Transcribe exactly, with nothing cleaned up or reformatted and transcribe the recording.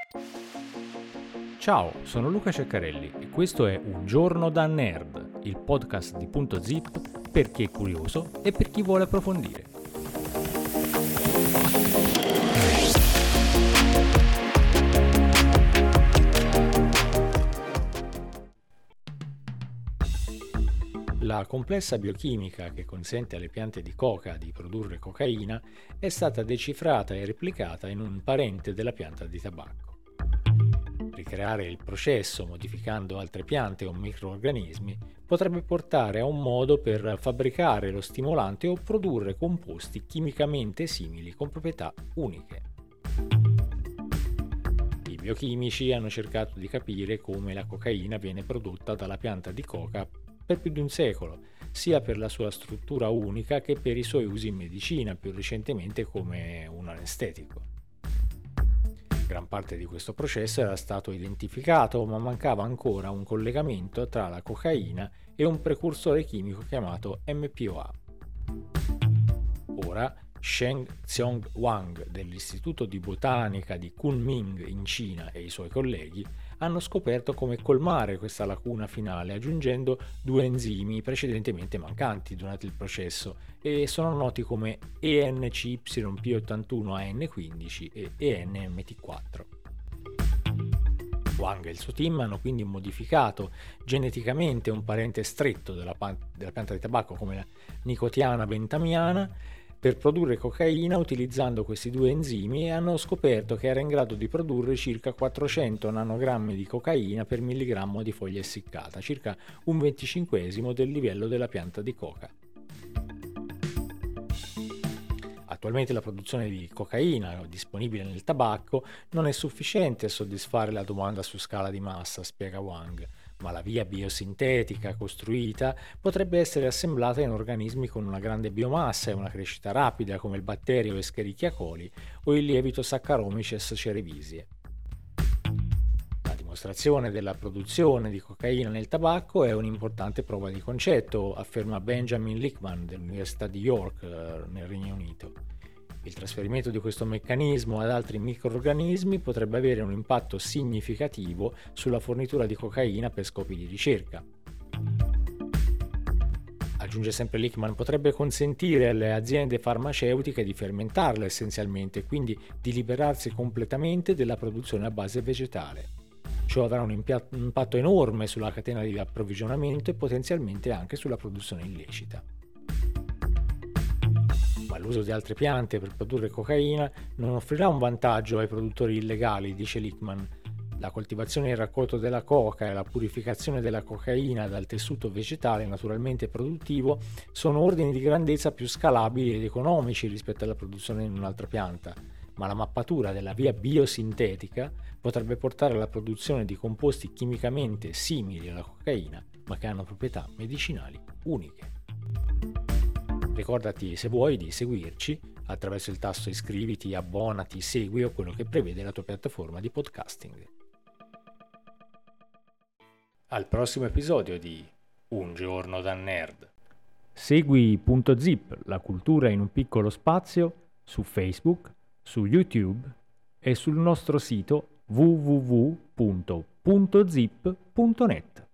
Ciao, sono Luca Ceccarelli e questo è Un giorno da nerd, il podcast di Punto Zip per chi è curioso e per chi vuole approfondire. La complessa biochimica che consente alle piante di coca di produrre cocaina è stata decifrata e replicata in un parente della pianta di tabacco. Ricreare il processo modificando altre piante o microrganismi potrebbe portare a un modo per fabbricare lo stimolante o produrre composti chimicamente simili con proprietà uniche. I biochimici hanno cercato di capire come la cocaina viene prodotta dalla pianta di coca per più di un secolo, sia per la sua struttura unica che per i suoi usi in medicina, più recentemente come un anestetico. Gran parte di questo processo era stato identificato, ma mancava ancora un collegamento tra la cocaina e un precursore chimico chiamato M P O A. Ora, Sheng Xiong Wang dell'Istituto di Botanica di Kunming in Cina e i suoi colleghi hanno scoperto come colmare questa lacuna finale aggiungendo due enzimi precedentemente mancanti durante il processo e sono noti come E N C Y P ottantuno A N quindici e E N M T quattro. Wang e il suo team hanno quindi modificato geneticamente un parente stretto della, pan- della pianta di tabacco come la nicotiana bentamiana per produrre cocaina utilizzando questi due enzimi e hanno scoperto che era in grado di produrre circa quattrocento nanogrammi di cocaina per milligrammo di foglia essiccata, circa un venticinquesimo del livello della pianta di coca. Attualmente la produzione di cocaina disponibile nel tabacco non è sufficiente a soddisfare la domanda su scala di massa, spiega Wang, ma la via biosintetica costruita potrebbe essere assemblata in organismi con una grande biomassa e una crescita rapida come il batterio Escherichia coli o il lievito Saccharomyces cerevisiae. La dimostrazione della produzione di cocaina nel tabacco è un'importante prova di concetto, afferma Benjamin Lichtman dell'Università di York nel Regno Unito. Il trasferimento di questo meccanismo ad altri microrganismi potrebbe avere un impatto significativo sulla fornitura di cocaina per scopi di ricerca. Aggiunge sempre Lichtman, potrebbe consentire alle aziende farmaceutiche di fermentarla essenzialmente, quindi di liberarsi completamente della produzione a base vegetale. Ciò avrà un impatto enorme sulla catena di approvvigionamento e potenzialmente anche sulla produzione illecita. Ma l'uso di altre piante per produrre cocaina non offrirà un vantaggio ai produttori illegali, dice Lichtman. La coltivazione e il raccolto della coca e la purificazione della cocaina dal tessuto vegetale naturalmente produttivo sono ordini di grandezza più scalabili ed economici rispetto alla produzione in un'altra pianta, ma la mappatura della via biosintetica potrebbe portare alla produzione di composti chimicamente simili alla cocaina, ma che hanno proprietà medicinali uniche. Ricordati, se vuoi, di seguirci attraverso il tasto iscriviti, abbonati, segui o quello che prevede la tua piattaforma di podcasting. Al prossimo episodio di Un giorno da nerd. Segui Punto Zip, la cultura in un piccolo spazio, su Facebook, su YouTube e sul nostro sito w w w punto punto zip punto net.